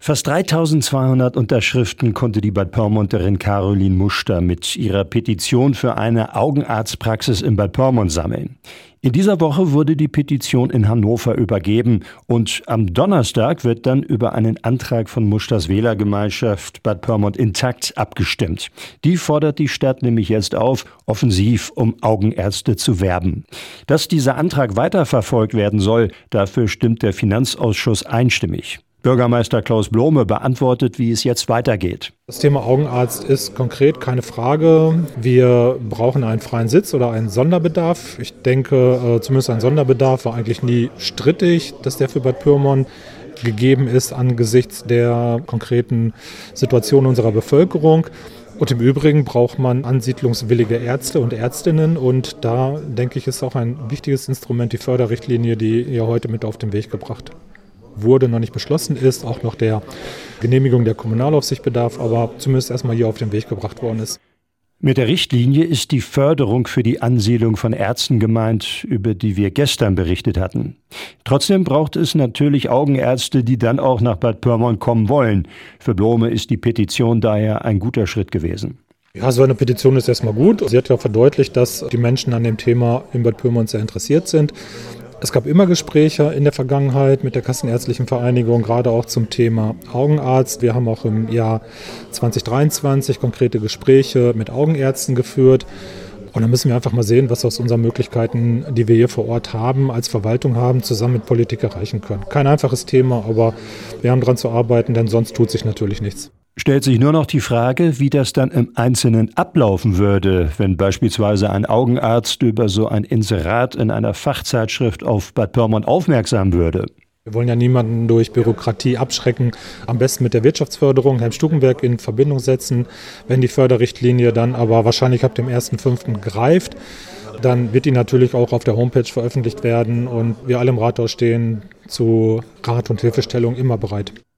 Fast 3.200 Unterschriften konnte die Bad Pyrmonterin Caroline Muster mit ihrer Petition für eine Augenarztpraxis in Bad Pyrmont sammeln. In dieser Woche wurde die Petition in Hannover übergeben und am Donnerstag wird dann über einen Antrag von Musters Wählergemeinschaft Bad Pyrmont Intakt abgestimmt. Die fordert die Stadt nämlich jetzt auf, offensiv um Augenärzte zu werben. Dass dieser Antrag weiterverfolgt werden soll, dafür stimmt der Finanzausschuss einstimmig. Bürgermeister Klaus Blome beantwortet, wie es jetzt weitergeht. Das Thema Augenarzt ist konkret keine Frage. Wir brauchen einen freien Sitz oder einen Sonderbedarf. Ich denke, zumindest ein Sonderbedarf war eigentlich nie strittig, dass der für Bad Pyrmont gegeben ist angesichts der konkreten Situation unserer Bevölkerung. Und im Übrigen braucht man ansiedlungswillige Ärzte und Ärztinnen. Und da, denke ich, ist auch ein wichtiges Instrument die Förderrichtlinie, die ihr heute mit auf den Weg gebracht wurde, noch nicht beschlossen ist, auch noch der Genehmigung der Kommunalaufsicht bedarf, aber zumindest erstmal hier auf den Weg gebracht worden ist. Mit der Richtlinie ist die Förderung für die Ansiedlung von Ärzten gemeint, über die wir gestern berichtet hatten. Trotzdem braucht es natürlich Augenärzte, die dann auch nach Bad Pyrmont kommen wollen. Für Blome ist die Petition daher ein guter Schritt gewesen. Ja, so eine Petition ist erstmal gut. Sie hat ja verdeutlicht, dass die Menschen an dem Thema in Bad Pyrmont sehr interessiert sind. Es gab immer Gespräche in der Vergangenheit mit der Kassenärztlichen Vereinigung, gerade auch zum Thema Augenarzt. Wir haben auch im Jahr 2023 konkrete Gespräche mit Augenärzten geführt. Und dann müssen wir einfach mal sehen, was aus unseren Möglichkeiten, die wir hier vor Ort haben, als Verwaltung haben, zusammen mit Politik erreichen können. Kein einfaches Thema, aber wir haben daran zu arbeiten, denn sonst tut sich natürlich nichts. Stellt sich nur noch die Frage, wie das dann im Einzelnen ablaufen würde, wenn beispielsweise ein Augenarzt über so ein Inserat in einer Fachzeitschrift auf Bad Pyrmont aufmerksam würde. Wir wollen ja niemanden durch Bürokratie abschrecken, am besten mit der Wirtschaftsförderung Herrn Stukenberg in Verbindung setzen. Wenn die Förderrichtlinie dann aber wahrscheinlich ab dem 1.5. greift, dann wird die natürlich auch auf der Homepage veröffentlicht werden und wir alle im Rathaus stehen zu Rat und Hilfestellung immer bereit.